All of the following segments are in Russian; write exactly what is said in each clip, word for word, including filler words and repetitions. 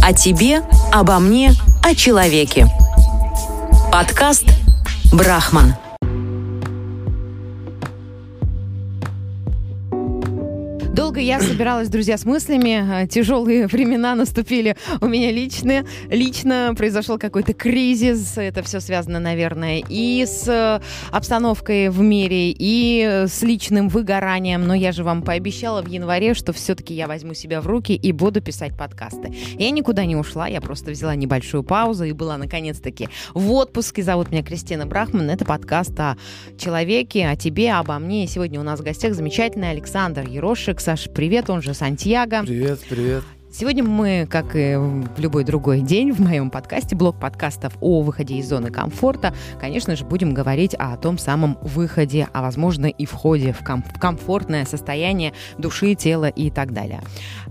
О тебе, обо мне, о человеке. Подкаст «Брахман». Долго я собиралась, друзья, с мыслями. Тяжелые времена наступили у меня лично. Лично произошел какой-то кризис. Это все связано, наверное, и с обстановкой в мире, и с личным выгоранием. Но я же вам пообещала в январе, что все-таки я возьму себя в руки и буду писать подкасты. Я никуда не ушла, я просто взяла небольшую паузу и была, наконец-таки, в отпуске. Зовут меня Кристина Брахман. Это подкаст о человеке, о тебе, обо мне. И сегодня у нас в гостях замечательный Александр Ерошек. Саш, привет, он же Сантьяго. Привет, привет. Сегодня мы, как и в любой другой день в моем подкасте, блок подкастов о выходе из зоны комфорта, конечно же, будем говорить о том самом выходе, а возможно и входе в, ком- в комфортное состояние души, тела и так далее.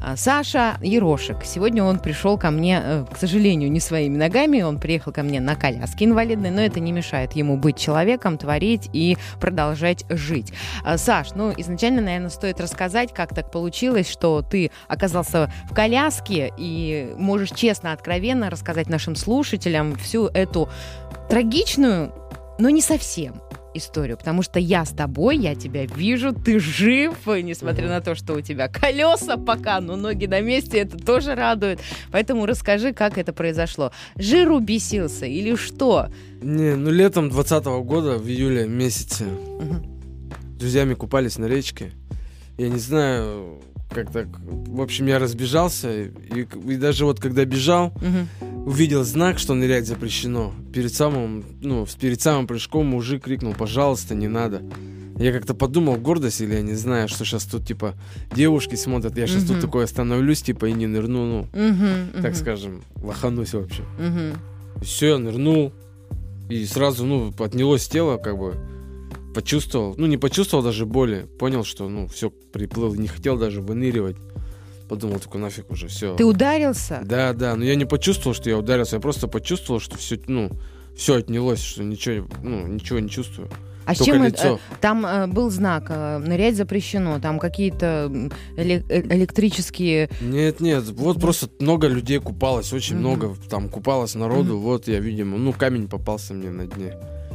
Саша Ерошек. Сегодня он пришел ко мне, к сожалению, не своими ногами, он приехал ко мне на коляске инвалидной, но это не мешает ему быть человеком, творить и продолжать жить. Саш, ну, изначально, наверное, стоит рассказать, как так получилось, что ты оказался в коляске, коляски, и можешь честно, откровенно рассказать нашим слушателям всю эту трагичную, но не совсем историю, потому что я с тобой, я тебя вижу, ты жив, несмотря mm-hmm. на то, что у тебя колеса пока, но ноги на месте, это тоже радует. Поэтому расскажи, как это произошло. Жиру бесился или что? Не, ну летом двадцатого года, в июле месяце, mm-hmm. с друзьями купались на речке. Я не знаю... Как так, в общем, я разбежался, и, и даже вот когда бежал, угу. увидел знак, что нырять запрещено. Перед самым, ну, перед самым прыжком мужик крикнул: пожалуйста, не надо. Я как-то подумал, гордость или я не знаю, что сейчас тут, типа, девушки смотрят, я сейчас угу. тут такой остановлюсь, типа, и не нырну, ну, угу, так угу. скажем, лоханусь вообще. Угу. И все, я нырнул, и сразу, ну, отнялось тело, как бы. Почувствовал, ну не почувствовал даже боли, понял, что ну все, приплыл, не хотел даже выныривать, подумал, такой нафиг уже, все. Ты ударился? Да, да, но я не почувствовал, что я ударился, я просто почувствовал, что все, ну, все отнялось, что ничего, ну, ничего не чувствую. А с чем это? Там э, был знак, э, нырять запрещено, там какие-то эле- электрические... Нет, нет, вот просто много людей купалось, очень mm-hmm. много там купалось народу, mm-hmm. вот я, видимо, ну камень попался мне на дне.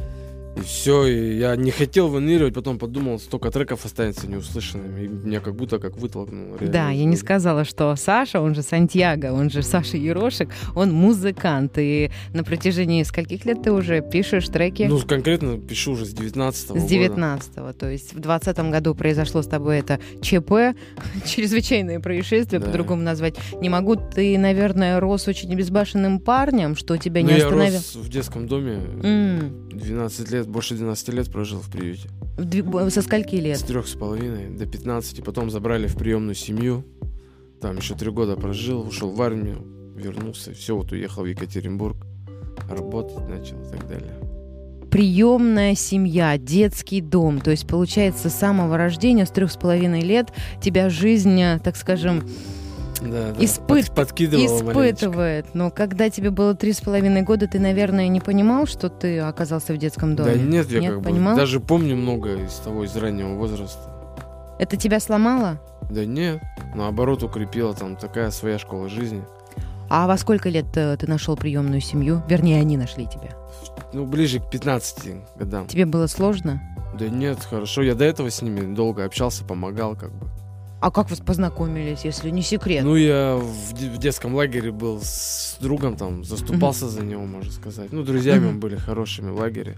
И все, и я не хотел выныривать, потом подумал, столько треков останется неуслышанными, и меня как будто как вытолкнуло. Да, я не сказала, что Саша, он же Сантьяго, он же Саша Ерошек, он музыкант, и на протяжении скольких лет ты уже пишешь треки? Ну, конкретно пишу уже с девятнадцатого года. С девятнадцатого, то есть в двадцатом году произошло с тобой это ЧП, чрезвычайное происшествие, да. По-другому назвать не могу. Ты, наверное, рос очень безбашенным парнем, что тебя ну, не остановило? Я рос в детском доме, mm. двенадцать лет. Больше двенадцати лет прожил в приюте. Со скольки лет? С трех с половиной до пятнадцати. Потом забрали в приемную семью. Там еще три года прожил, ушел в армию, вернулся. Все, вот уехал в Екатеринбург. Работать начал и так далее. Приемная семья, детский дом. То есть, получается, с самого рождения, с трех с половиной лет, тебя жизнь, так скажем... Да, да. Испыт... Под, испытывает. Но когда тебе было три с половиной года, ты, наверное, не понимал, что ты оказался в детском доме? Да нет, я нет, как понимал? бы даже помню многое из того, из раннего возраста. Это тебя сломало? Да нет, наоборот, укрепила, там такая своя школа жизни. А во сколько лет ты нашел приемную семью? Вернее, они нашли тебя. Ну, ближе к пятнадцати годам. Тебе было сложно? Да нет, хорошо. Я до этого с ними долго общался, помогал как бы. А как вы познакомились, если не секрет? Ну, я в, в детском лагере был с другом, там, заступался mm-hmm. за него, можно сказать. Ну, друзьями mm-hmm. были хорошими в лагере.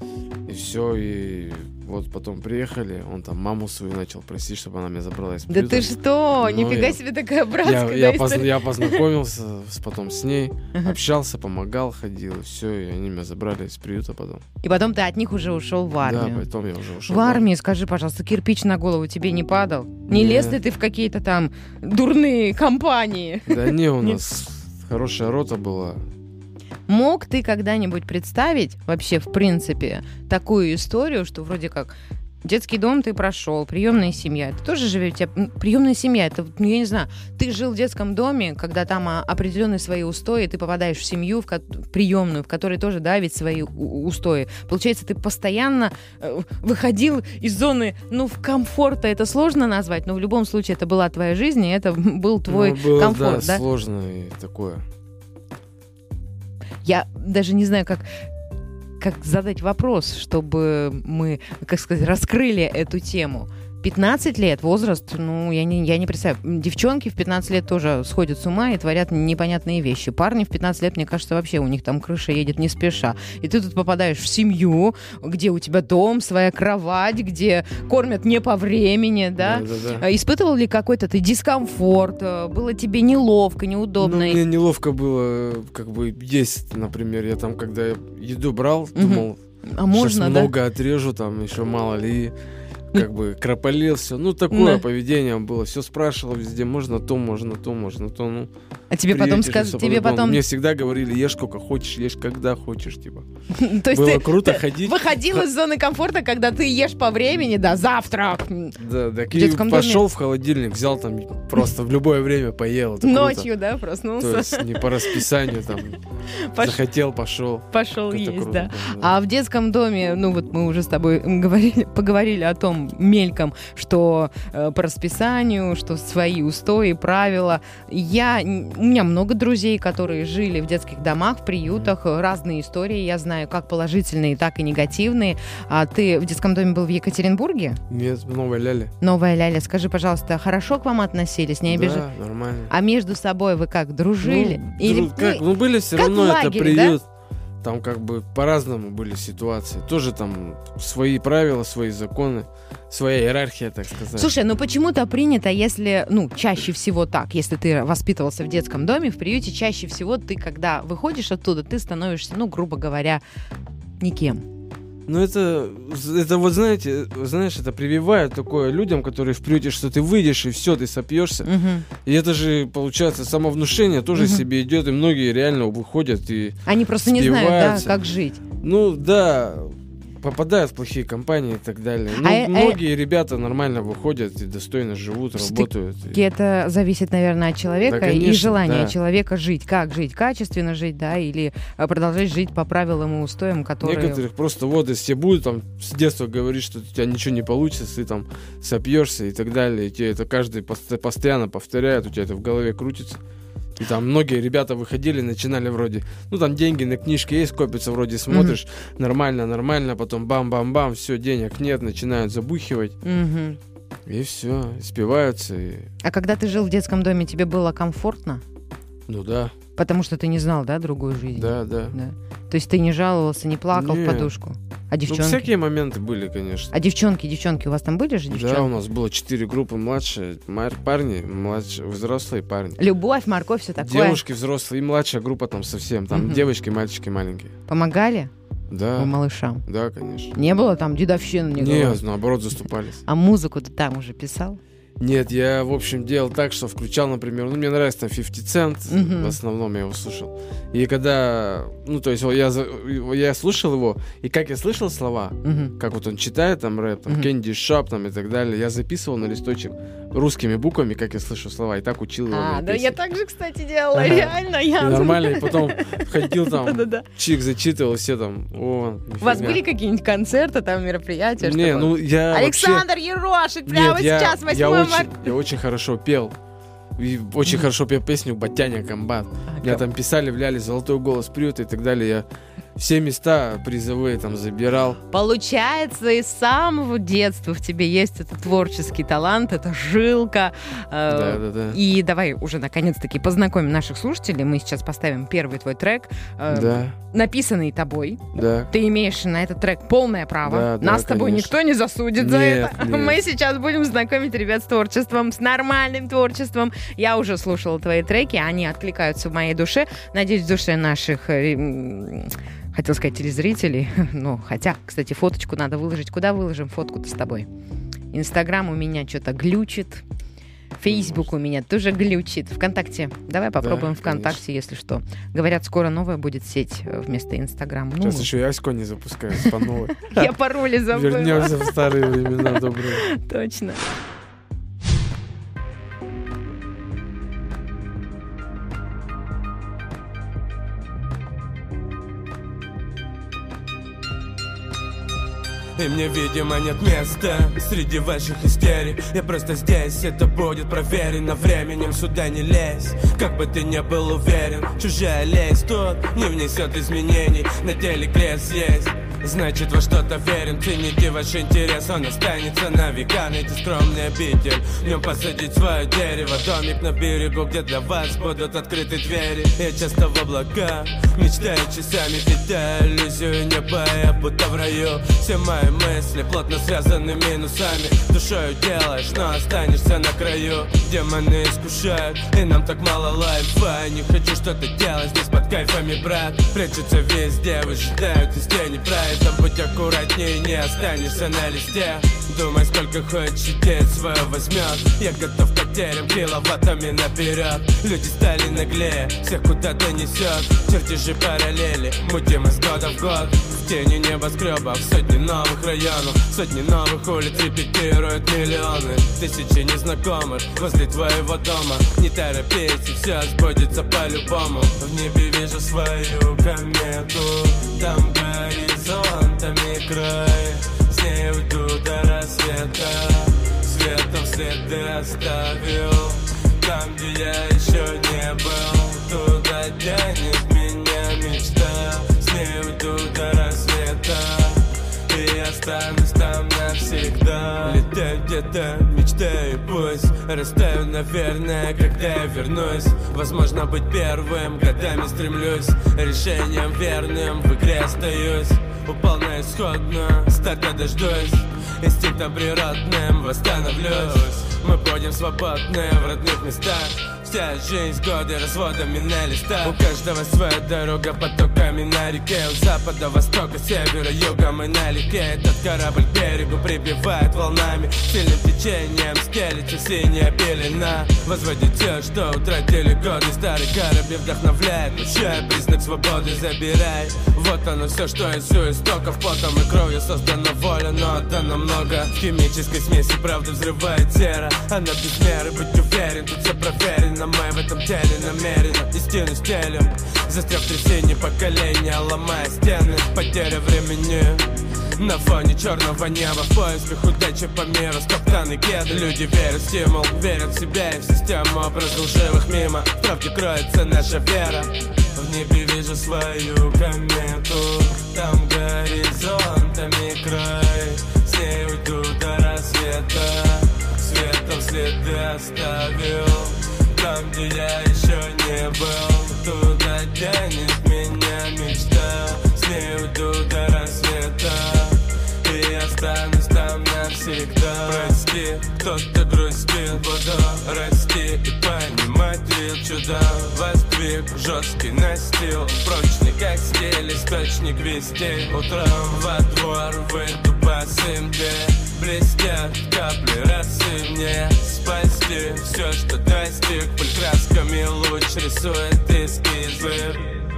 И все, и вот потом приехали, он там маму свою начал просить, чтобы она меня забрала из приюта. Да ты что? Ну, Нифига я, себе такая братская я, я, история. Поз, я познакомился с, потом с ней, uh-huh. общался, помогал, ходил, и все, и они меня забрали из приюта потом. И потом ты от них уже ушел в армию. Да, потом я уже ушел в, в армию. Скажи, пожалуйста, кирпич на голову тебе не падал? Не Нет. лез ли ты в какие-то там дурные компании? Да не, у нас хорошая рота была. Мог ты когда-нибудь представить вообще, в принципе, такую историю, что вроде как детский дом ты прошел, приемная семья. Ты тоже живешь? Приемная семья, это, ну, я не знаю, ты жил в детском доме, когда там определенные свои устои, ты попадаешь в семью, в ко- приемную, в которой тоже, да, ведь свои у- устои. Получается, ты постоянно э, выходил из зоны, ну, в комфорта, это сложно назвать, но в любом случае это была твоя жизнь, и это был твой ну, было, комфорт, да? да? Сложно и такое. Я даже не знаю, как... как задать вопрос, чтобы мы, как сказать, раскрыли эту тему. пятнадцать лет, возраст, ну, я не, я не представляю. Девчонки в пятнадцать лет тоже сходят с ума и творят непонятные вещи. Парни в пятнадцать лет, мне кажется, вообще у них там крыша едет не спеша. И ты тут попадаешь в семью, где у тебя дом, своя кровать, где кормят не по времени, да? Да-да-да. Испытывал ли какой-то ты дискомфорт? Было тебе неловко, неудобно? Ну, мне неловко было, как бы, есть, например, я там, когда еду брал, думал, а можно, сейчас да? много отрежу, там, еще мало ли... Как бы кропалил все. Ну, такое да. поведение было. Все спрашивало везде. Можно то, можно то, можно то. Ну, а тебе потом сказали, тебе потом... Мне всегда говорили, ешь сколько хочешь, ешь когда хочешь, типа. То есть было ты, круто ты ходить. Выходил из зоны комфорта, когда ты ешь по времени, да, завтрак. Да, так и пошел доме. В холодильник, взял там просто в любое время поел. Это ночью, круто. да, проснулся. То есть не по расписанию там. Пош... Захотел, пошел. Пошел есть, круто, да. да. А в детском доме, ну вот мы уже с тобой говорили, поговорили о том мельком, что э, по расписанию, что свои устои, правила. Я, у меня много друзей, которые жили в детских домах, в приютах, разные истории, я знаю, как положительные, так и негативные. А ты в детском доме был в Екатеринбурге? Нет, в Новой Ляле. Новая Ляля. Скажи, пожалуйста, хорошо к вам относились, не обижали? Да, нормально. А между собой вы как, дружили? Ну, Или друг, как? Ну, были все как равно, лагере, это приют. Да? Там как бы по-разному были ситуации. Тоже там свои правила, свои законы, своя иерархия, так сказать. Слушай, ну почему-то принято, если, ну, чаще всего так, если ты воспитывался в детском доме, в приюте, чаще всего ты, когда выходишь оттуда, ты становишься, ну, грубо говоря, никем. Ну, это, это вот, знаете, знаешь, это прививает такое людям, которые в приюте, что ты выйдешь, и все, ты сопьешься. Угу. И это же, получается, самовнушение тоже угу. себе идет, и многие реально выходят и они просто не знают, да, как жить. Ну, да, попадают в плохие компании и так далее. Ну, а, многие а... ребята нормально выходят и достойно живут, работают. И это зависит, наверное, от человека, да, конечно, и желания да. человека жить. Как жить? Качественно жить, да, или продолжать жить по правилам и устоям, которые... Некоторых просто вот, если тебе будут там с детства говорить, что у тебя ничего не получится, ты там сопьешься и так далее, и тебе это каждый постоянно повторяет, у тебя это в голове крутится. И там многие ребята выходили, начинали вроде, ну там деньги на книжке есть, копятся, вроде смотришь, mm-hmm. нормально, нормально, потом бам-бам-бам, все, денег нет, начинают забухивать. Mm-hmm. И все, спиваются. И... А когда ты жил в детском доме, тебе было комфортно? Ну да. Потому что ты не знал, да, другую жизнь? Да, да. да. То есть ты не жаловался, не плакал не. в подушку? А девчонки? Ну, всякие моменты были, конечно. А девчонки, девчонки, у вас там были же девчонки? Да, у нас было четыре группы: младшие мар- парни, младшие, взрослые парни. Любовь, морковь, все такое? Девушки взрослые и младшая группа там совсем. Там угу. девочки, мальчики маленькие. Помогали? Да. Малышам? Да, конечно. Не было там дедовщины? Не Нет, наоборот, заступались. А музыку ты там уже писал? Нет, я, в общем, делал так, что включал, например, ну, мне нравится там фифти Cent, uh-huh. в основном я его слушал. И когда, ну, то есть я, я слушал его, и как я слышал слова, uh-huh. как вот он читает там рэп, там, uh-huh. Candy Shop там и так далее, я записывал на листочек русскими буквами, как я слышу слова, и так учил его. А, да, я так же, кстати, делала, ага. реально. Я... И нормально, и потом ходил там, чик зачитывал, все там, о, у вас были какие-нибудь концерты, там, мероприятия? Не, ну, я Александр Ерошик, прямо сейчас, восьмое Очень, я очень хорошо пел. И очень mm-hmm. хорошо пел песню «Батяня комбат». А, меня там писали, вляли «Золотой голос приюта» и так далее. Я все места призовые там забирал. Получается, и с самого детства в тебе есть этот творческий талант, эта жилка. Да, да, да. И давай уже наконец-таки познакомим наших слушателей. Мы сейчас поставим первый твой трек, да. написанный тобой. Да. Ты имеешь на этот трек полное право. Да, Нас да, с тобой конечно. никто не засудит нет, за это. Нет. Мы сейчас будем знакомить ребят с творчеством, с нормальным творчеством. Я уже слушала твои треки, они откликаются в моей душе. Надеюсь, в душе наших... Хотел сказать телезрителей, ну, хотя, кстати, фоточку надо выложить. Куда выложим фотку-то с тобой? Инстаграм у меня что-то глючит. Фейсбук у меня тоже глючит. ВКонтакте. Давай попробуем Да, ВКонтакте, конечно. если что. Говорят, скоро новая будет сеть вместо Инстаграма. Ну, Сейчас еще и Аську не запускают по новой. я пароли забыла. Вернемся в старые времена добрые. Точно. И мне, видимо, нет места среди ваших истерик. Я просто здесь, это будет проверено временем. Сюда не лезь, как бы ты не был уверен. Чужая лезь тут не внесет изменений. На теле крест есть, значит, во что-то верен. Цените ваш интерес, он останется на века. Найти скромный обитель, в нем посадить свое дерево. Домик на берегу, где для вас будут открыты двери. Я часто в облаках мечтаю часами, питаю иллюзию неба. Я будто в раю. Все мои мысли плотно связаны минусами. Душою делаешь, но останешься на краю. Демоны искушают, и нам так мало лайфа. Не хочу что-то делать здесь под кайфами, брат. Прячутся везде, выжидают из тени прайд. Там будь аккуратнее, не останешься на листе. Думай, сколько хочешь, идея свое возьмет. Я готов к потерям, киловаттами наперед. Люди стали наглее, всех куда-то несет. Чертежи параллели, мутим из года в год. В тени небоскребов, сотни новых районов. Сотни новых улиц репетируют миллионы. Тысячи незнакомых возле твоего дома. Не торопись, и все сбудется по-любому. В небе вижу свою комету. Там горизонтами край. С ней уйду до рассвета. Светом следы оставил. Там, где я еще не был. Туда тянет меня мечта. С ней уйду до рассвета. И останусь там навсегда. Летаю где-то, мечтаю, пусть растаю, наверное, когда я вернусь. Возможно, быть первым, годами стремлюсь. Решением верным в игре остаюсь. Упал на исходную, старта дождусь. Инстинктом природным восстановлюсь. Мы будем свободны в родных местах. Вся жизнь, годы разводами на листах. У каждого своя дорога потоками на реке. У запада, востока, севера, юга мы налегке. Этот корабль к берегу прибивает волнами. Сильным течением стелится синяя пелена. Возводит все, что утратили годы. Старый корабль вдохновляет, включая признак свободы забирай. Вот оно все, что из у истоков. Потом и кровью создана воля, но отдано много. В химической смеси правда взрывает сера. Она без меры, быть уверен, тут все проверено. Мы в этом теле намеренно истину стелим. Застряв в трясине поколения, ломая стены. Потеря времени на фоне черного неба. В поисках удачи по миру, стоптаны кеды. Люди верят в стимул, верят в себя и в систему. Образ лживых мимо, в правде кроется наша вера. В небе вижу свою комету. Там горизонтами край. С ней уйду до рассвета. Светом следы оставил. Там, где я еще не был. Туда тянет меня мечта. С ней уйду до рассвета. И останусь там навсегда. Прости, кто-то грустил. Буду расти и понимать вид чуда. Воздвиг жесткий настил. Прочный как стиль, источник вестей. Утром во двор выйду по сымке. Блестят капли росы мне. Спасти все, что достиг. Пыль красками луч рисует эскизы.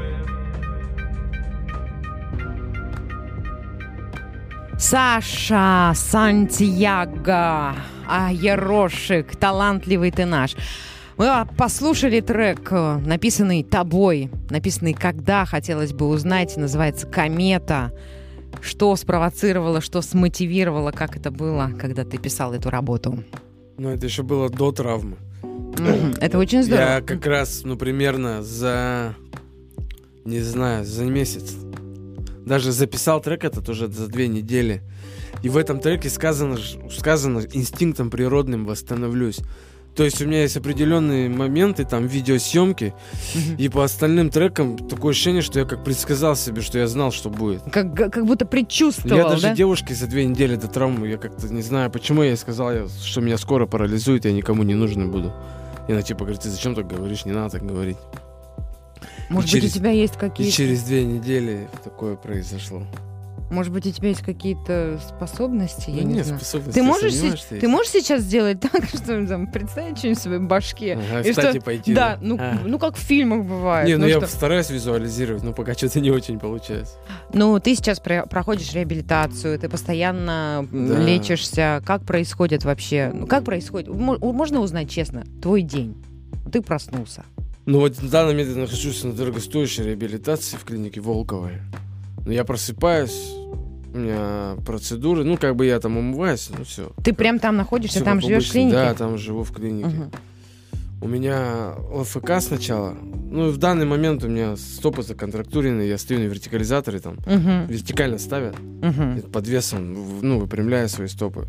Саша Сантьяго, а Ерошик, талантливый ты наш. Мы послушали трек, написанный тобой, написанный когда, хотелось бы узнать, называется «Комета». Что спровоцировало, что смотивировало, как это было, когда ты писал эту работу? Ну, это еще было до травмы. Mm-hmm. Это очень здорово. Я как раз, ну, примерно за, не знаю, за месяц даже записал трек этот уже за две недели. И в этом треке сказано, сказано инстинктом природным восстановлюсь. То есть у меня есть определенные моменты, там, видеосъемки, mm-hmm. и по остальным трекам такое ощущение, что я как предсказал себе, что я знал, что будет. Как, как будто предчувствовал, Я даже да? девушке за две недели до травмы, я как-то не знаю, почему я ей сказал, что меня скоро парализует, я никому не нужен буду. И она типа говорит, ты зачем так говоришь, не надо так говорить. Может и быть, через, у тебя есть какие-то... И через две недели такое произошло. Может быть, у тебя есть какие-то способности? Я Ну, не нет, знаю. способности, Ты я можешь, сомневаюсь, се- что ты есть. можешь сейчас сделать так, что там, представить что-нибудь в своей башке? Ага, И встать что- и пойти. Да, ну, А. ну как в фильмах бывает. Не, ну, ну, я что- стараюсь визуализировать, но пока что-то не очень получается. Ну, ты сейчас про- проходишь реабилитацию, ты постоянно м, Да. лечишься. Как происходит вообще? Ну, как происходит? Мо- Можно узнать честно твой день? Ты проснулся. Ну вот в данный момент я нахожусь на дорогостоящей реабилитации в клинике Волковой. Но я просыпаюсь, у меня процедуры, ну как бы я там умываюсь, ну все. Ты прям там находишься, там живешь в клинике? Да, там живу в клинике. Мгм. У меня ЛФК сначала. Ну и в данный момент у меня стопы законтрактурены, я стою на вертикализаторе там. Мгм. Вертикально ставят, Мгм. под весом, в- ну, выпрямляя свои стопы.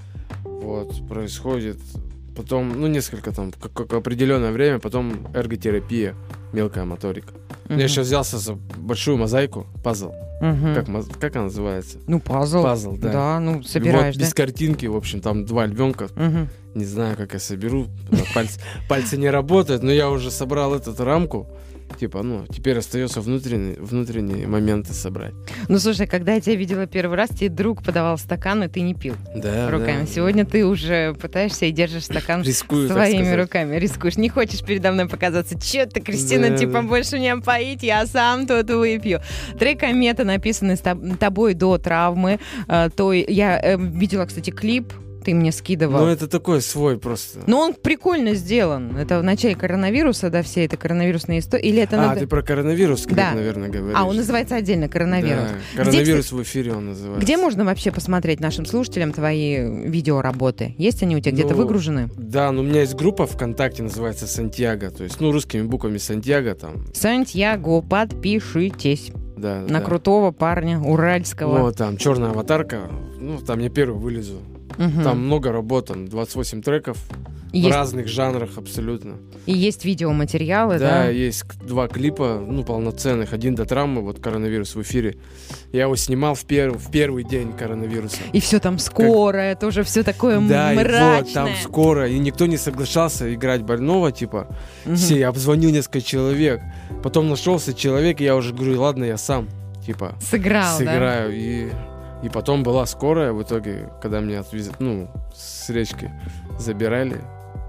Вот, происходит. Потом, ну, несколько там, как, как определенное время, потом эрготерапия, мелкая моторика. Мгм. Я сейчас взялся за большую мозаику, пазл. Мгм. Как, моз- как она называется? Ну, пазл. Пазл, да. Да, ну, И собираешь, вот да? без картинки, в общем, там два львенка. Мгм. Не знаю, как я соберу. Пальцы, пальцы не работают, но я уже собрал эту рамку. Типа, ну, теперь остается внутренние, внутренние моменты собрать. Ну, слушай, когда я тебя видела первый раз, тебе друг подавал стакан, и ты не пил Да, руками. да. Сегодня ты уже пытаешься и держишь стакан Рискую, так своими сказать. руками. Рискуешь. Не хочешь передо мной показаться. Че ты, Кристина, Да, типа, да. больше меня поить, я сам тут выпью. Трек «Комета», написанный с тоб- тобой до травмы. Э, То я э, видела, кстати, клип, ты мне скидывал. Ну, это такой свой просто. Но он прикольно сделан. Это в начале коронавируса, да, все это коронавирусные истории. Или это а, надо... ты про коронавирус, Да. наверное, говоришь. А, он называется отдельно «Коронавирус». Да, коронавирус в эфире он называется. Где можно вообще посмотреть нашим слушателям твои видеоработы? Есть они у тебя где-то Ну, выгружены? Да, ну у меня есть группа ВКонтакте, называется «Сантьяго». То есть, ну, русскими буквами «Сантьяго» там. Сантьяго, подпишитесь Да, на да. крутого парня уральского. Вот, там черная аватарка. Ну, там я первый вылезу. Мгм. Там много работ, там двадцать восемь треков И в есть, разных жанрах абсолютно. и есть видеоматериалы, Да, да? есть к- два клипа, ну, полноценных. Один до травмы, вот коронавирус в эфире. Я его снимал в, пер- в первый день коронавируса. И все там скорое, тоже все такое Да, и мрачное. вот, там скоро. И никто не соглашался играть больного, типа. Мгм. Все, я обзвонил несколько человек. Потом нашелся человек, и я уже говорю, ладно, я сам, типа, Сыграл, да? сыграю. И, и потом была скорая в итоге, когда меня отвезли, ну, с речки забирали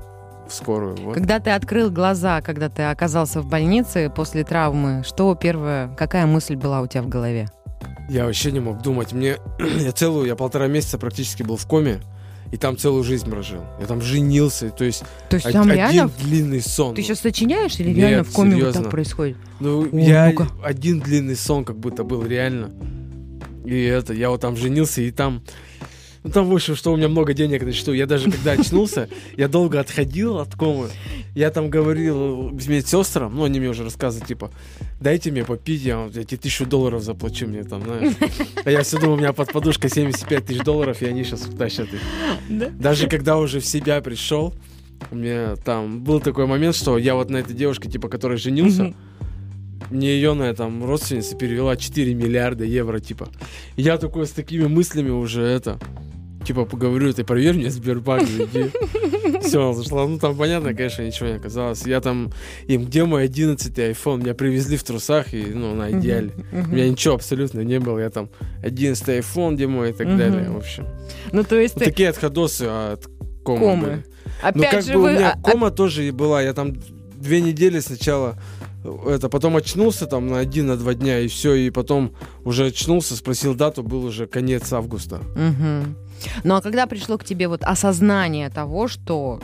в скорую. Вот. Когда ты открыл глаза, когда ты оказался в больнице после травмы, что первое, какая мысль была у тебя в голове? Я вообще не мог думать. Мне, я целую, я полтора месяца практически был в коме, и там целую жизнь прожил. Я там женился, то есть То есть од- там один реально... длинный сон. Ты сейчас сочиняешь или Нет, реально в коме вот серьезно. так происходит? Ну, О, я ну-ка. один длинный сон как будто был, реально. И это, я вот там женился, и там... Ну, там, в общем, что у меня много денег на счету. Я даже, когда очнулся, я долго отходил от комы. Я там говорил медсестрам, ну, они мне уже рассказывают, типа, дайте мне попить, я, вам- я тебе тысячу долларов заплачу мне там, знаешь. А я все думал, у меня под подушкой семьдесят пять тысяч долларов, и они сейчас утащат их. Да? Даже когда уже в себя пришел, у меня там был такой момент, что я вот на этой девушке, типа, которая женился, Мгм. мне ее на там родственница перевела четыре миллиарда евро, типа. И я такой с такими мыслями уже это, типа, поговорю, ты проверь мне Сбербанк, зайди. Все, зашла. Ну, там, понятно, конечно, ничего не оказалось. Я там, им, где мой одиннадцатый айфон? Меня привезли в трусах, и, ну, на идеале. Мгм. У меня ничего абсолютно не было. Я там, одиннадцатый айфон, где мой, и так Мгм. далее, в общем. Ну, то есть Вот ты... такие отходосы от комы, Комы. были. Опять Ну, как же, бы вы... у меня а- кома тоже и была. Я там две недели сначала это, потом очнулся там на один, на два дня, и все, и потом уже очнулся, спросил дату, был уже конец августа. Мгм. Ну, а когда пришло к тебе вот осознание того, что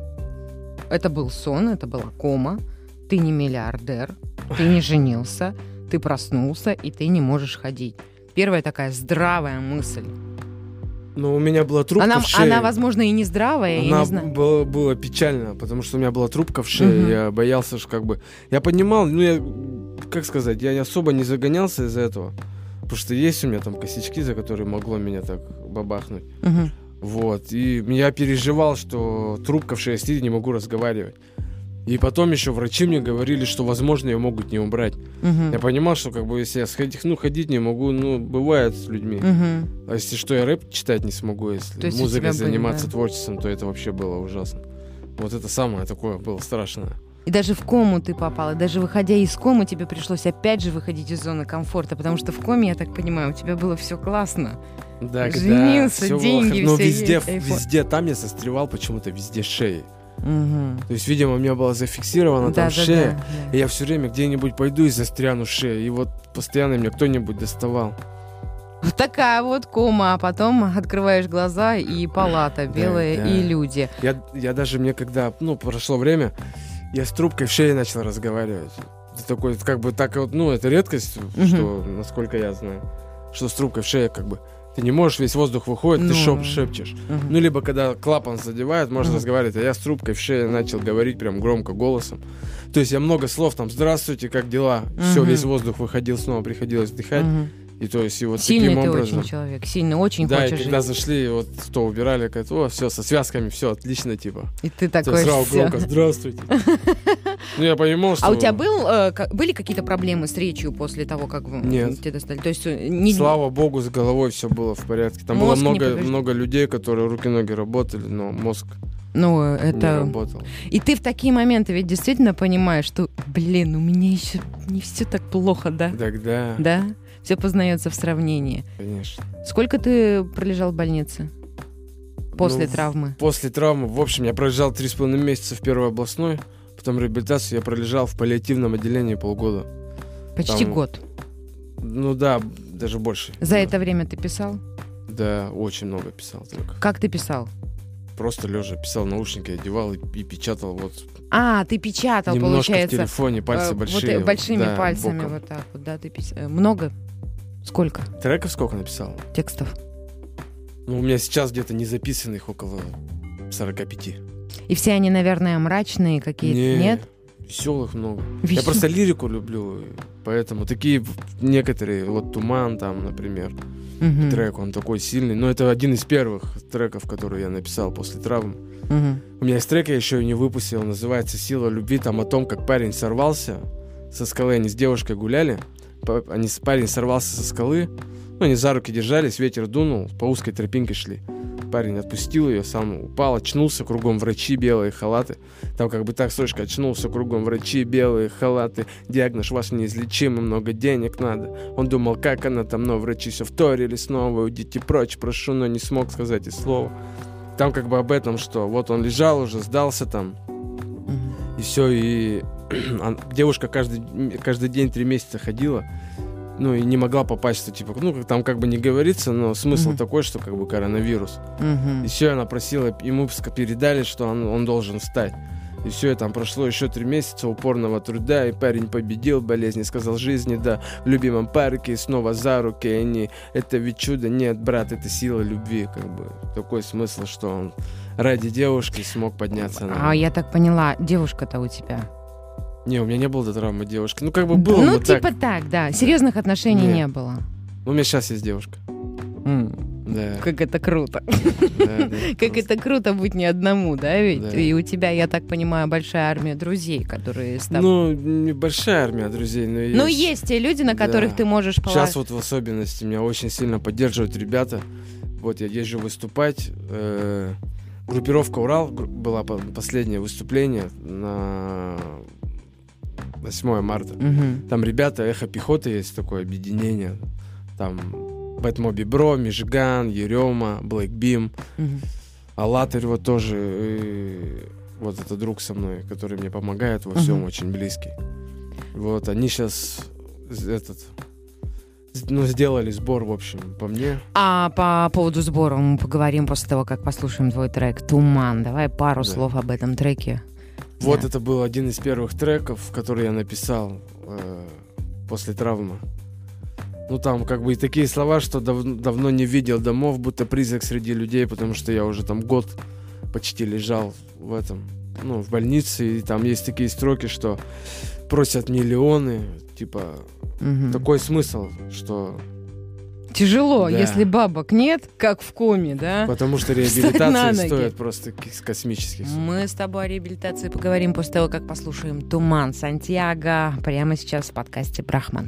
это был сон, это была кома, ты не миллиардер, ты не женился, ты проснулся, и ты не можешь ходить. Первая такая здравая мысль. Но у меня была трубка Она, в шее. она, возможно, и не здравая, я Она не знаю. было, было печально, потому что у меня была трубка в шее, Мгм. я боялся, что как бы... Я понимал, ну я, как сказать, я особо не загонялся из-за этого, потому что есть у меня там косячки, за которые могло меня так бабахнуть. Мгм. Вот, и я переживал, что трубка в шее сидит, не могу разговаривать. И потом еще врачи мне говорили, что, возможно, ее могут не убрать. Мгм. Я понимал, что как бы если я сходить, ну, ходить не могу, ну, бывает с людьми. Мгм. А если что, я рэп читать не смогу, если То есть у музыкой тебя были, заниматься да. творчеством, то это вообще было ужасно. Вот это самое такое было страшное. И даже в кому ты попал, и даже выходя из комы, тебе пришлось опять же выходить из зоны комфорта, потому что в коме, я так понимаю, у тебя было все классно. Да, Женился, да, деньги, было, но все везде, есть, везде там я застревал почему-то, везде шеей. Угу. То есть, видимо, у меня была зафиксирована Да, там да, шея, да, да. и я все время где-нибудь пойду и застряну шеей, и вот постоянно меня кто-нибудь доставал. Вот такая вот кома, а потом открываешь глаза, и палата белая, да. и люди. Я, я даже, мне когда, ну, прошло время, я с трубкой в шее начал разговаривать. Это такой, как бы, так вот, ну, это редкость, Мгм. что, насколько я знаю, что с трубкой в шее, как бы, ты не можешь, весь воздух выходит, Ну. ты шеп, шепчешь. Мгм. Ну, либо когда клапан задевает, можно Мгм. разговаривать, а я с трубкой в шее начал говорить прям громко голосом. То есть я много слов там, здравствуйте, как дела? Все, Мгм. весь воздух выходил, снова приходилось вдыхать. Мгм. И то есть и вот Сильный таким ты образом. очень человек, сильный, очень Да, и хочешь когда жить. зашли, вот что убирали, говорят, о, все, со связками, все отлично, типа. И ты То такой есть сразу всё. громко, здравствуйте. Ну, я понимал, что... А у тебя был, э, ка- были какие-то проблемы с речью после того, как вы Нет. тебя достали? То есть э, не... Слава богу, с головой все было в порядке. Там Мозг было не много, поврежден. много людей, которые руки-ноги работали, но мозг Ну, э, не это... работал. И ты в такие моменты ведь действительно понимаешь, что, блин, у меня еще не все так плохо, да? Тогда, Да? Все познается в сравнении. конечно. Сколько ты пролежал в больнице после Ну, травмы? После травмы, в общем, я пролежал три с половиной месяца в первой областной, потом реабилитацию, я пролежал в паллиативном отделении полгода. Почти там- год. Ну да, даже больше. За Да. это время ты писал? Да, очень много писал только. Как ты писал? Просто лежа писал, наушники одевал и, и печатал вот А, ты печатал, немножко получается. в телефоне, пальцы э, большие. Вот, э, вот, большими да, пальцами боком. вот так вот, да, ты писал. Много? Сколько Треков сколько написал? текстов? Ну, у меня сейчас где-то не записанных около сорок пять. И все они, наверное, мрачные какие-то, Не, нет? Веселых много. Весел- Я просто лирику люблю, и поэтому такие в- некоторые, вот «Туман» там, например, Мгм. трек, он такой сильный. Но это один из первых треков, которые я написал после травмы. Мгм. У меня есть трек, я еще и не выпустил, называется «Сила любви», там о том, как парень сорвался со скалы, они с девушкой гуляли, па- они, с- парень сорвался со скалы, ну, они за руки держались, ветер дунул, по узкой тропинке шли. Парень отпустил ее, сам упал, очнулся, кругом врачи, белые халаты. Там как бы так строчка: очнулся, кругом врачи, белые халаты. Диагноз ваш неизлечимый, много денег надо. Он думал, как она там, но врачи все вторили снова. Уйдите прочь, прошу, но не смог сказать и слова. Там как бы об этом, что вот он лежал уже, сдался там, Мгм. и все, и он- девушка каждый, каждый день три месяца ходила, ну и не могла попасть, что типа, ну как- там как бы не говорится, но смысл Мгм. такой, что как бы коронавирус. Мгм. И все, она просила, ему ск- передали, что он, он должен встать. И все, и там прошло еще три месяца упорного труда, и парень победил болезни, сказал жизни, да, в любимом парке, и снова за руки они. Это ведь чудо, нет, брат, это сила любви, как бы. Такой смысл, что он ради девушки смог подняться на... А я так поняла, девушка-то у тебя? Не, у меня не было до травмы девушки. Ну, как бы было, ну, но типа так. так, да. Серьезных отношений Нет. не было. Ну, у меня сейчас есть девушка. Да. Как это круто. да, да, Как просто. это круто быть не одному, да, ведь? Да. И у тебя, я так понимаю, большая армия друзей, которые с тобой... Ну, небольшая армия друзей, но есть. Ну, есть те люди, на которых Да. ты можешь Сейчас положить. вот в особенности меня очень сильно поддерживают ребята. Вот я езжу выступать. э, Группировка «Урал» гру- была по- последнее выступление на восьмое марта. Мгм. Там ребята, «Эхо пехоты» есть такое объединение. Там Бэтмоби Бро, Мижган, Ерема, Блэк Бим, Мгм. Алатырь вот тоже. И вот это друг со мной, который мне помогает во всем, Мгм. очень близкий. Вот они сейчас этот с- ну, сделали сбор, в общем, по мне. А по поводу сбора мы поговорим после того, как послушаем твой трек «Туман». Давай пару Да. слов об этом треке. Вот Да. это был один из первых треков, который я написал э, после травмы. Ну там как бы и такие слова, что дав- давно не видел домов, будто призрак среди людей, потому что я уже там год почти лежал в этом, ну, в больнице, и там есть такие строки, что просят миллионы, типа, Мгм. такой смысл, что Тяжело, Да. если бабок нет, как в коме, да? потому что Встать на реабилитация ноги. стоит просто к- космических сумм. Мы с тобой о реабилитации поговорим после того, как послушаем «Туман» Сантьяго прямо сейчас в подкасте «Брахман».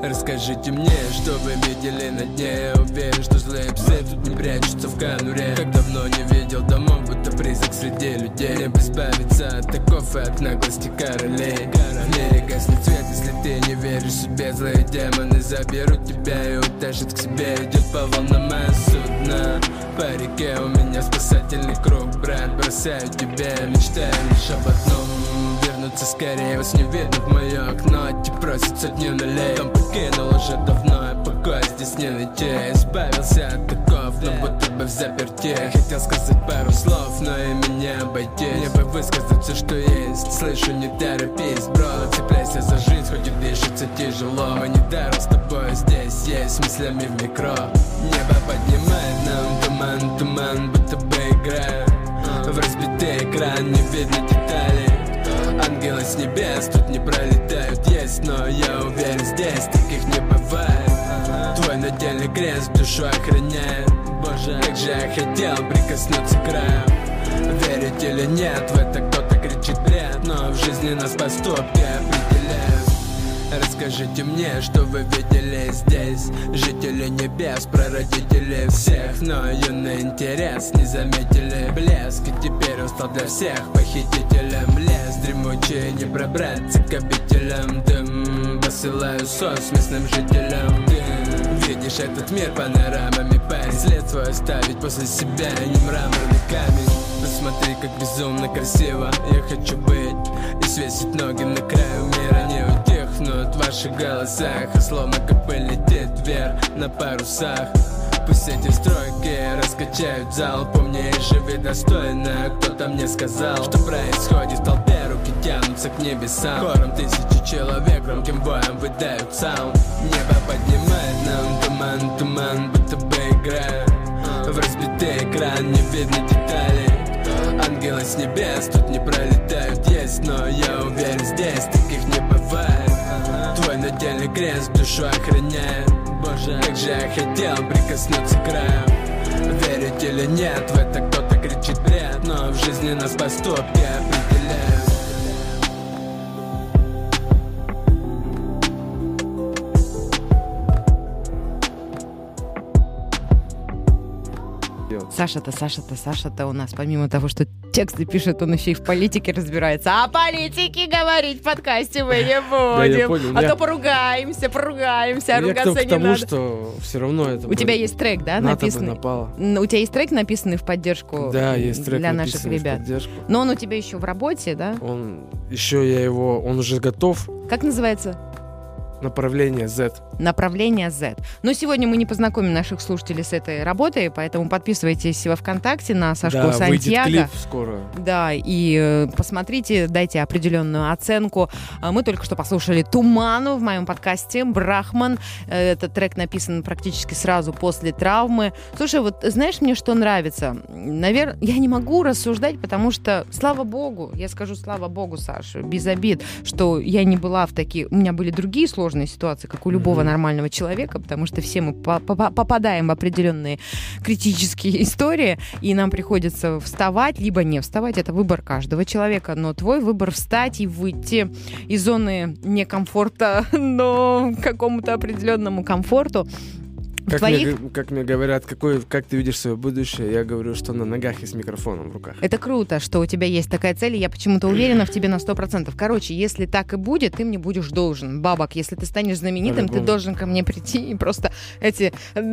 Расскажите мне, что вы видели на дне. Я уверен, что злые псы тут не прячутся в конуре. Как давно не видел домов, будто призрак среди людей. Не бы избавиться от таков и от наглости королей. В мире гаснет свет, если ты не веришь себе. Злые демоны заберут тебя и утащат к себе. Идет по волнам мое судно. По реке у меня спасательный круг. Брат, бросаю тебе, мечтаю лишь об одном. Вернуться скорее, вас не видно в мое окно. Те просят сотню нулей. Дом покинул уже давно, и покоя здесь не найти. Избавился от таков, но будто бы в заперти. Хотел сказать пару слов, но и меня обойти. Мне бы высказать все, что есть. Слышу, не торопись, бро. Цепляйся за жизнь, хоть и дышится тяжело. Мы не даром с тобой здесь есть, с мыслями в микро. Небо поднимает нам туман, туман, будто бы игра. В разбитый экран не видно деталей. Ангелы с небес тут не пролетают, есть, но я уверен, здесь таких не бывает. Твой нательный крест душу охраняет. Боже, как же я хотел прикоснуться к краю. Верить или нет, в это кто-то кричит бред. Но в жизни нас поступки определяют. Расскажите мне, что вы видели здесь. Жители небес, прародители всех. Но юный интерес не заметили блеск. И теперь он стал для всех похитителем. Лес дремучий, не пробраться к обителям. Дым, посылаю сос местным жителям. Ты видишь этот мир панорамами, парень. След свой оставить после себя, не мраморный камень. Посмотри, как безумно красиво я хочу быть. И свесить ноги на краю мира, не утихнут в ваших голосах. И словно капель летит вверх на парусах. Пусть эти стройки раскачают зал. Помни и живи достойно. Кто-то мне сказал, что происходит в толпе. Руки тянутся к небесам. Хором тысячи человек громким боем выдают саунд. Небо поднимает нам туман, туман, будто бы игра. В разбитый экран не видно деталей. Ангелы с небес тут не пролетают, есть, но я уверен, здесь таких не бывает. Твой нательный крест душу охраняет. Боже, как же я хотел прикоснуться к краю. Верить или нет, в это кто-то кричит бред. Но в жизни нас поступки определяют. Саша-то, Саша-то, Саша-то у нас, помимо того, что тексты пишет, он еще и в политике разбирается. А политике говорить в подкасте мы не будем. Да, я понял. А я... то поругаемся, поругаемся, а я ругаться к не тому, надо. Что все равно это... У тебя есть трек, да, НАТО написанный? бы напало. У тебя есть трек, написанный в поддержку Да, есть трек, для наших ребят? В поддержку. Но он у тебя еще в работе, да? Он еще я его... Он уже готов. Как называется? Направление Z. Направление Z. Но сегодня мы не познакомим наших слушателей с этой работой, поэтому подписывайтесь во ВКонтакте на Сашку да, Сантьяго. выйдет клип скоро. Да, и э, посмотрите, дайте определенную оценку. Мы только что послушали «Туману» в моем подкасте «Брахман». Этот трек написан практически сразу после травмы. Слушай, вот знаешь, мне что нравится? Наверное, я не могу рассуждать, потому что, слава богу, я скажу слава богу, Саша, без обид, что я не была в такие... У меня были другие сложные ситуации, как у любого mm-hmm. нормального человека, потому что все мы по- по- попадаем в определенные критические истории, и нам приходится вставать, либо не вставать. Это выбор каждого человека. Но твой выбор встать и выйти из зоны некомфорта, но к какому-то определенному комфорту. Как, твоих... мне, как мне говорят, какой, как ты видишь свое будущее, я говорю, что на ногах и с микрофоном в руках. Это круто, что у тебя есть такая цель, и я почему-то уверена в тебе на сто процентов. Короче, если так и будет, ты мне будешь должен. Бабок, если ты станешь знаменитым, По-любому. ты должен ко мне прийти и просто эти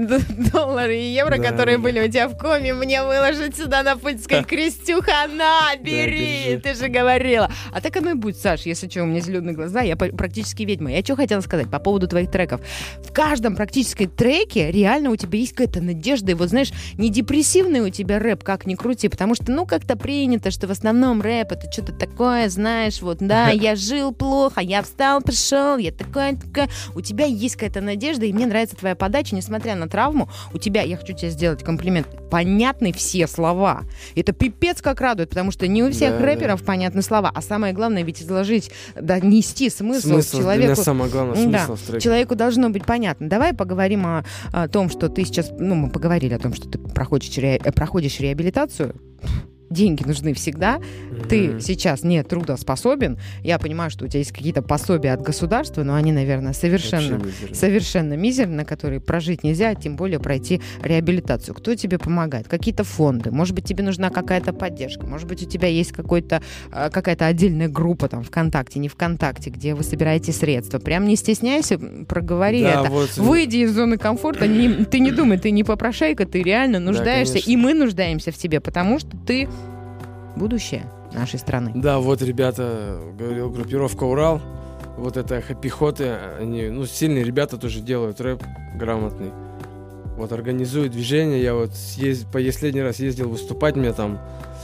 доллары и евро, да, которые да. были у тебя в коме, мне выложить сюда на путь, сказать, Крестюха, на, бери, Да, ты же говорила. А так оно и будет, Саш, если что, у меня зеленые глаза, я практически ведьма. Я что хотела сказать по поводу твоих треков. В каждом практически треке реально у тебя есть какая-то надежда, и вот, знаешь, не депрессивный у тебя рэп, как ни крути, потому что, ну, как-то принято, что в основном рэп это что-то такое, знаешь, вот, да, я жил плохо, я встал, пришел, я такая, такая. У тебя есть какая-то надежда, и мне нравится твоя подача, несмотря на травму, у тебя, я хочу тебе сделать комплимент, понятны все слова. Это пипец как радует, потому что не у всех да, рэперов да. понятны слова, а самое главное ведь изложить, да, нести смысл, Смысл, человеку. для меня самое главное, смысл Да, в треке. человеку должно быть понятно. Давай поговорим о, о том, что ты сейчас, ну, мы поговорили о том, что ты проходишь, ре, проходишь реабилитацию. деньги нужны всегда, mm-hmm. ты сейчас не трудоспособен, я понимаю, что у тебя есть какие-то пособия от государства, но они, наверное, совершенно, совершенно мизерны, на которые прожить нельзя, тем более пройти реабилитацию. Кто тебе помогает? Какие-то фонды? Может быть, тебе нужна какая-то поддержка? Может быть, у тебя есть какой-то, какая-то отдельная группа там ВКонтакте, не ВКонтакте, где вы собираете средства? Прям не стесняйся, проговори да, это. Вот... Выйди из зоны комфорта, не, ты не думай, ты не попрошайка, ты реально нуждаешься, да, и мы нуждаемся в тебе, потому что ты будущее нашей страны. Да, вот ребята, говорил, группировка «Урал», вот это «Пехоты», они, ну, сильные ребята тоже делают рэп грамотный. Вот организуют движение, я вот съезд... последний раз ездил выступать, меня там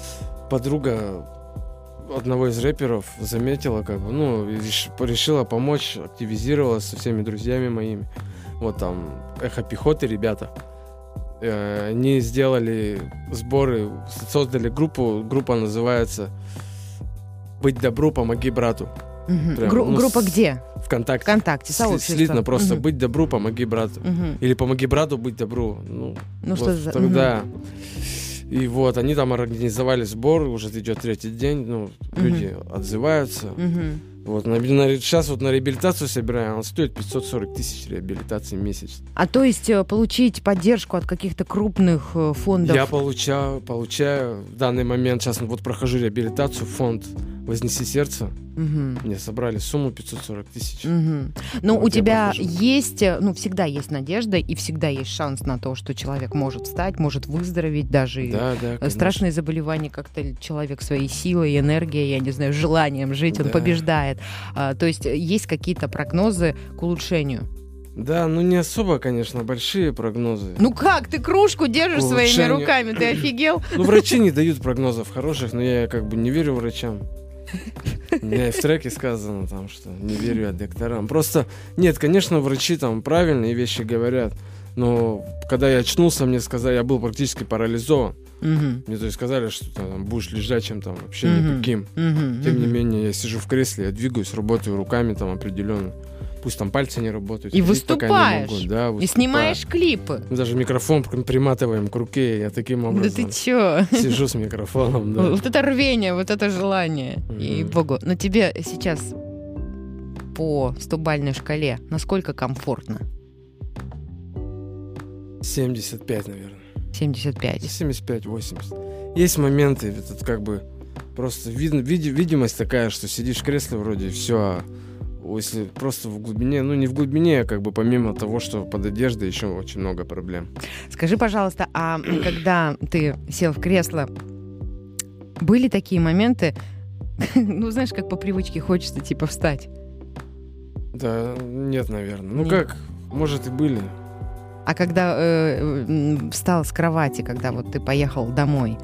подруга одного из рэперов заметила, как бы, ну, реш... решила помочь, активизировалась со всеми друзьями моими. Вот там «Эхо пехоты» ребята. Э, они сделали сборы, создали группу, группа называется «Быть добру, помоги брату». Угу. Прям, Гру- ну, группа с... где? ВКонтакте. ВКонтакте, сообщество. Слитно просто угу. «Быть добру, помоги брату». Угу. Или «Помоги брату, быть добру». Ну, ну вот что за... тогда... Угу. И вот, они там организовали сбор, уже идет третий день, ну, uh-huh. люди отзываются. Uh-huh. Вот, на, на, сейчас вот на реабилитацию собираем, она стоит пятьсот сорок тысяч реабилитации в месяц. А то есть получить поддержку от каких-то крупных фондов? Я получаю, получаю в данный момент, сейчас вот прохожу реабилитацию, фонд «Вознеси сердце». Угу. Мне собрали сумму пятьсот сорок тысяч. Угу. Но вот у тебя есть, ну, всегда есть надежда и всегда есть шанс на то, что человек может встать, может выздороветь, даже да, да, страшные заболевания, как-то человек своей силой, энергией, я не знаю, желанием жить, да. он побеждает. А, то есть есть какие-то прогнозы к улучшению? Да, ну не особо, конечно, большие прогнозы. Ну как, ты кружку держишь своими руками, ты офигел? Ну врачи не дают прогнозов хороших, но я как бы не верю врачам. У меня и в треке сказано, там, что не верю я докторам. Просто, нет, конечно, врачи там правильные вещи говорят, но когда я очнулся, мне сказали, я был практически парализован. Uh-huh. Мне то есть сказали, что ты там будешь лежачим, там, вообще uh-huh. никаким. Uh-huh. Тем не менее, я сижу в кресле, я двигаюсь, работаю руками там определенно. Пусть там пальцы не работают. И выступаешь. Не могу, да, выступаю. И снимаешь клипы. Мы даже микрофон приматываем к руке. Я таким образом да ты чё? сижу с микрофоном. Да. Вот это рвение, вот это желание. Mm-hmm. И богу. Но тебе сейчас по стобалльной шкале насколько комфортно? семьдесят пять, наверное. семьдесят пять. семьдесят пять восемьдесят. Есть моменты, это как бы просто вид, вид, видимость такая, что сидишь в кресле вроде и все, а если просто в глубине, ну не в глубине, а как бы помимо того, что под одеждой еще очень много проблем. Скажи, пожалуйста, а когда ты сел в кресло, были такие моменты, ну знаешь, как по привычке хочется типа встать? Да, нет, наверное. Ну нет. Как, может и были. А когда э, встал с кровати, когда вот ты поехал домой,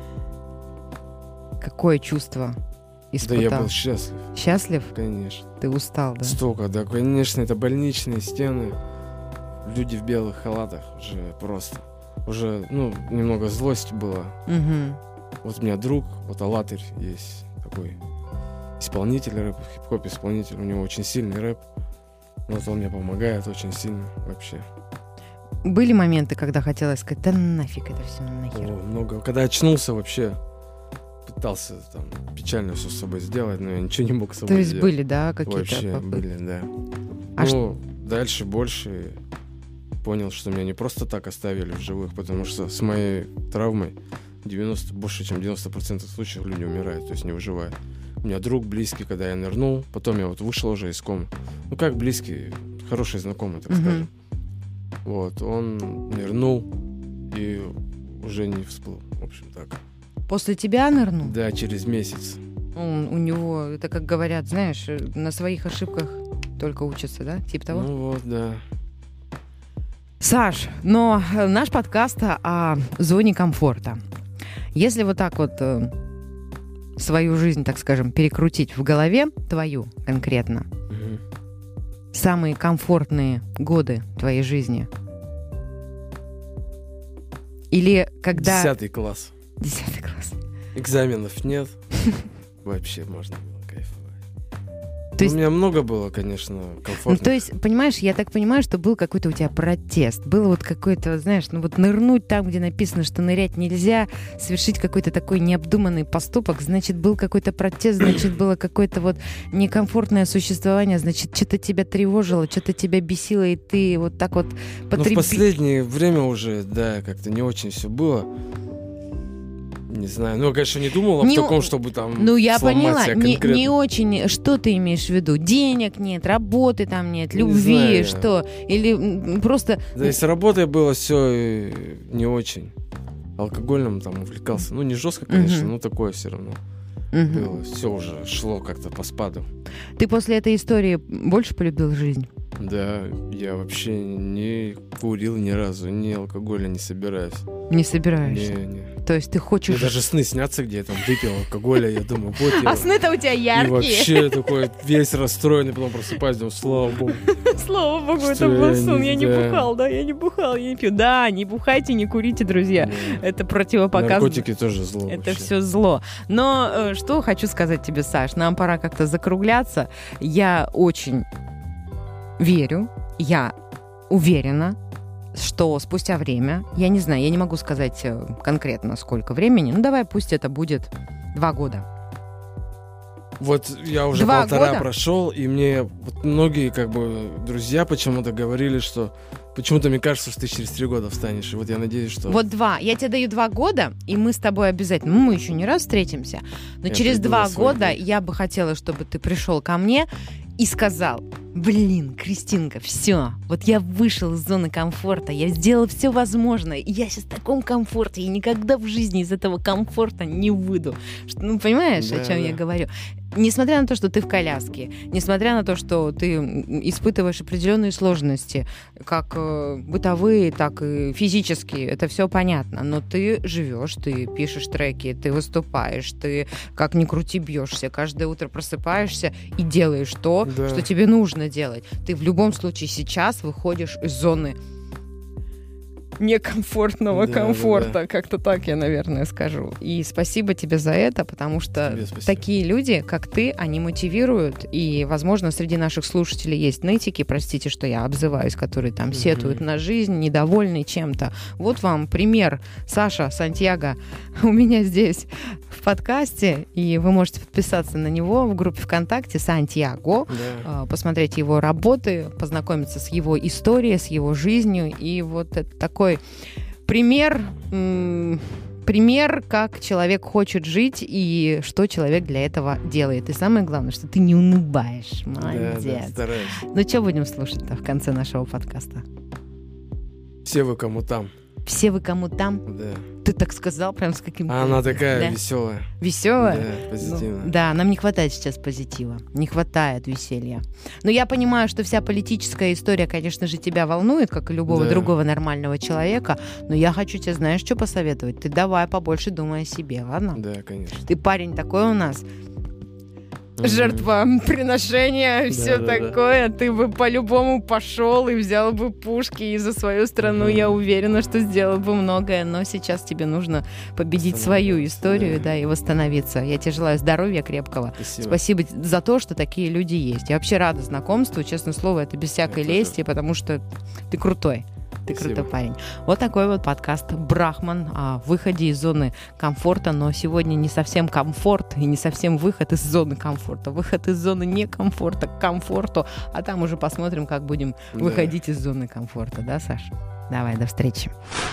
какое чувство испытал? Да я был счастлив. Счастлив? Конечно. Ты устал, да? Столько, да, конечно, это больничные стены, люди в белых халатах, уже просто, уже, ну, немного злости была. Угу. Вот у меня друг, вот Алатырь есть такой исполнитель рэпа, хип-хоп исполнитель, у него очень сильный рэп, вот он мне помогает очень сильно вообще. Были моменты, когда хотелось сказать, да нафиг это все, нахер? О, много, когда очнулся вообще, пытался там печально все с собой сделать, но я ничего не мог с собой сделать. То есть сделать. были, да, какие-то Вообще попытки? были, да. А ну, что? Дальше больше понял, что меня не просто так оставили в живых, потому что с моей травмой девяносто, больше чем девяносто процентов случаев люди умирают, то есть не выживают. У меня друг близкий, когда я нырнул, потом я вот вышел уже из комы. Ну как близкий, хороший знакомый, так uh-huh. скажем. Вот, он нырнул и уже не всплыл, в общем так. После тебя нырнул? Да, через месяц. Он, у него, это как говорят, знаешь, на своих ошибках только учатся, да? Типа того? Ну вот, да. Саш, но наш подкаст о зоне комфорта. Если вот так вот э, свою жизнь, так скажем, перекрутить в голове, твою конкретно, угу. самые комфортные годы твоей жизни? Или когда... Десятый класс. Десятый класс. Экзаменов нет. Вообще можно было кайфовать. То есть... У меня много было, конечно, комфортно. Ну, то есть, понимаешь, я так понимаю, что был какой-то у тебя протест. Было вот какой-то, знаешь, ну вот нырнуть там, где написано, что нырять нельзя, совершить какой-то такой необдуманный поступок, значит, был какой-то протест, значит, было какое-то вот некомфортное существование, значит, что-то тебя тревожило, что-то тебя бесило, и ты вот так вот потребил. Ну, в последнее время уже, да, как-то не очень все было. Не знаю, ну, я, конечно, не думал не, о таком, чтобы там ну, я сломать поняла, себя не, конкретно. не очень, что ты имеешь в виду? Денег нет, работы там нет, любви, что? Или просто... Да, и с работой было все не очень. Алкогольным там увлекался. Ну, не жестко, конечно, Угу. но такое все равно. Угу. Было. Все уже шло как-то по спаду. Ты после этой истории больше полюбил жизнь? Да, я вообще не курил ни разу, ни алкоголя не собираюсь. Не собираешься? Не, не. То есть ты хочешь... Мне даже сны снятся, где я там выпил алкоголя, я думаю, вот я... А сны-то у тебя И яркие. вообще такой весь расстроенный, потом просыпаюсь, думаю, слава богу. Слава богу, Что это был я сон. не- Я не да. бухал, да, я не бухал, я не пью. Да, не бухайте, не курите, друзья. Не. Это противопоказано. Наркотики тоже зло. Это вообще. все зло. Но э, что хочу сказать тебе, Саш, нам пора как-то закругляться. Я очень верю, я уверена, что спустя время, я не знаю, я не могу сказать э, конкретно сколько времени, ну давай пусть это будет два года. Вот я уже Два полтора года? прошел, и мне вот многие как бы друзья почему-то говорили, что почему-то мне кажется, что ты через три года встанешь. И вот я надеюсь, что... Вот два. Я тебе даю два года, и мы с тобой обязательно, ну, мы еще не раз встретимся, но Я через приду два на свой года день. я бы хотела, чтобы ты пришел ко мне и сказал: блин, Кристинка, все, вот я вышел из зоны комфорта, я сделал все возможное, и я сейчас в таком комфорте, и никогда в жизни из этого комфорта не выйду. Что, ну, понимаешь, Да, о чем да. я говорю? Несмотря на то, что ты в коляске, несмотря на то, что ты испытываешь определенные сложности, как э, бытовые, так и физические, это все понятно, но ты живешь, ты пишешь треки, ты выступаешь, ты как ни крути бьешься, каждое утро просыпаешься и делаешь то, Да. что тебе нужно делать. Ты в любом случае сейчас выходишь из зоны некомфортного Да, комфорта, да, да. как-то так я, наверное, скажу. И спасибо тебе за это, потому что Тебе спасибо. такие люди, как ты, они мотивируют, и, возможно, среди наших слушателей есть нытики, простите, что я обзываюсь, которые там Мгм. сетуют на жизнь, недовольны чем-то. Вот вам пример. Саша Сантьяго у меня здесь в подкасте, и вы можете подписаться на него в группе ВКонтакте Сантьяго, Да. а, посмотреть его работы, познакомиться с его историей, с его жизнью. И вот это такой пример, м, пример, как человек хочет жить и что человек для этого делает. И самое главное, что ты не унываешь. Да, Молодец. да, стараюсь. Ну, что будем слушать-то в конце нашего подкаста? Все вы кому там. Все вы кому там? Да. Ты так сказал, прям с каким-то... А она такая Да. веселая. Веселая? Да, позитивная. Ну, да, нам не хватает сейчас позитива, не хватает веселья. Но я понимаю, что вся политическая история, конечно же, тебя волнует, как и любого Да. другого нормального человека, но я хочу тебе, знаешь, что посоветовать? Ты давай побольше думай о себе, ладно? Да, конечно. Ты парень такой у нас, Мгм. жертвоприношение, все Да, да, да. такое. Ты бы по-любому пошел и взял бы пушки, и за свою страну, Мгм. я уверена, что сделал бы многое. Но сейчас тебе нужно победить свою Восстановиться, историю, да. да, и восстановиться. Я тебе желаю здоровья крепкого. Спасибо. Спасибо за то, что такие люди есть. Я вообще рада знакомству, честное слово, это без всякой Я тоже. лести, потому что ты крутой. Ты Спасибо. крутой парень. Вот такой вот подкаст «Брахман» о выходе из зоны комфорта, но сегодня не совсем комфорт и не совсем выход из зоны комфорта. Выход из зоны некомфорта к комфорту, а там уже посмотрим, как будем Да. выходить из зоны комфорта. Да, Саш? Давай, до встречи.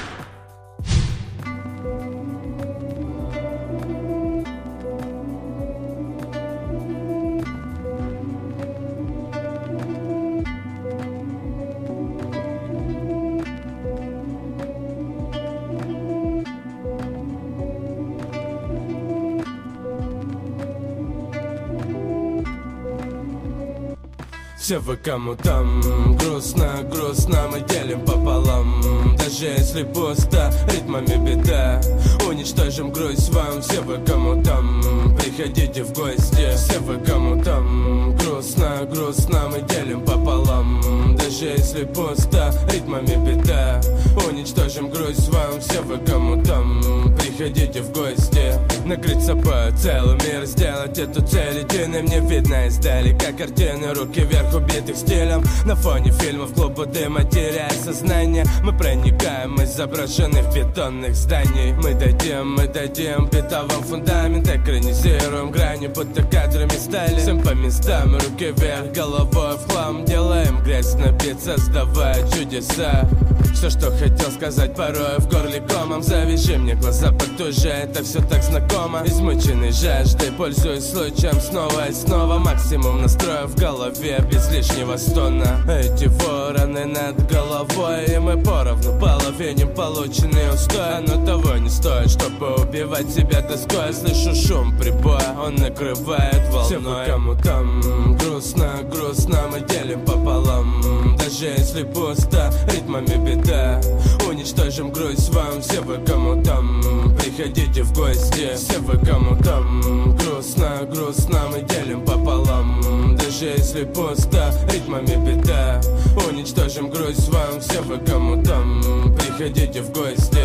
Все вы кому там грустно, грустно мы делим пополам. Даже если пусто, ритмами беда. Уничтожим грусть вам, все вы кому там. Приходите в гости, все вы кому там грустно, грустно мы делим пополам. Даже если пусто, ритмами беда. Уничтожим грусть вам, все вы кому там. Приходите в гости. накрыть собой целый мир, сделать эту цель единой. Мне видно издали, как картины, руки вверх убитых стилем. На фоне фильмов клуба дыма, теряя сознание, мы проникаем из заброшенных бетонных зданий. Мы дадим, мы дадим бетовым фундамент, экранизируем грани, будто кадрами стали. Всем по местам, руки вверх, головой в хлам, делаем грязь на бит, создавая чудеса. Все, что хотел сказать, порой в горле комом. Завяжи мне глаза потуже, это все так знакомо. Измученный жаждой, пользуясь случаем снова и снова. Максимум настроя в голове, без лишнего стона. Эти вороны над головой, и мы поровну половиним полученный устой. Оно того не стоит, чтобы убивать себя тоской. Слышу шум прибоя, он накрывает волной. Все кому там грустно, грустно, мы делим пополам. Даже если пусто, ритмами беда. Уничтожим грусть вам, все вы кому там, приходите в гости. Все вы кому там грустно, грустно, мы делим пополам. Даже если пусто, ритмами беда. Уничтожим грусть вам, все вы кому там, приходите в гости.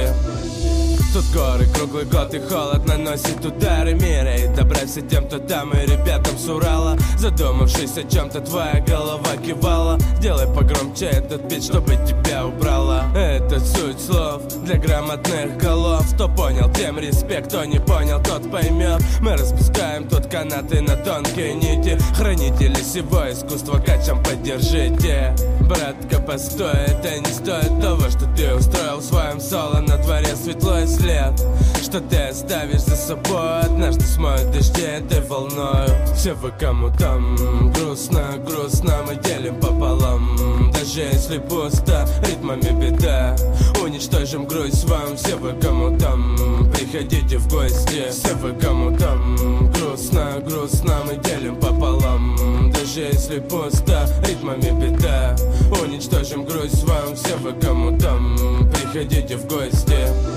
Тут горы, круглый год и холод наносит удары мира. И добраться тем, кто там, и ребятам с Урала. Задумавшись о чем-то, твоя голова кивала. Делай погромче этот бит, чтобы тебя убрала. Это суть слов для грамотных голов. Кто понял, тем респект, кто не понял, тот поймет. Мы распускаем тут канаты на тонкие нити. Хранители всего искусства, качам поддержите. Братка, постой, это не стоит того, что ты устроил в своем соло. На дворе светло и след, что ты оставишь за собой. Однажды смоют дожди этой волною. Все вы кому там грустно, грустно, мы делим пополам. Даже если пусто, ритмами беда. Уничтожим грусть вам, все вы кому там, приходите в гости. Все вы кому там грустно, грустно, мы делим пополам. Даже если пусто, ритмами беда. Уничтожим грусть вам, все вы кому там, приходите в гости.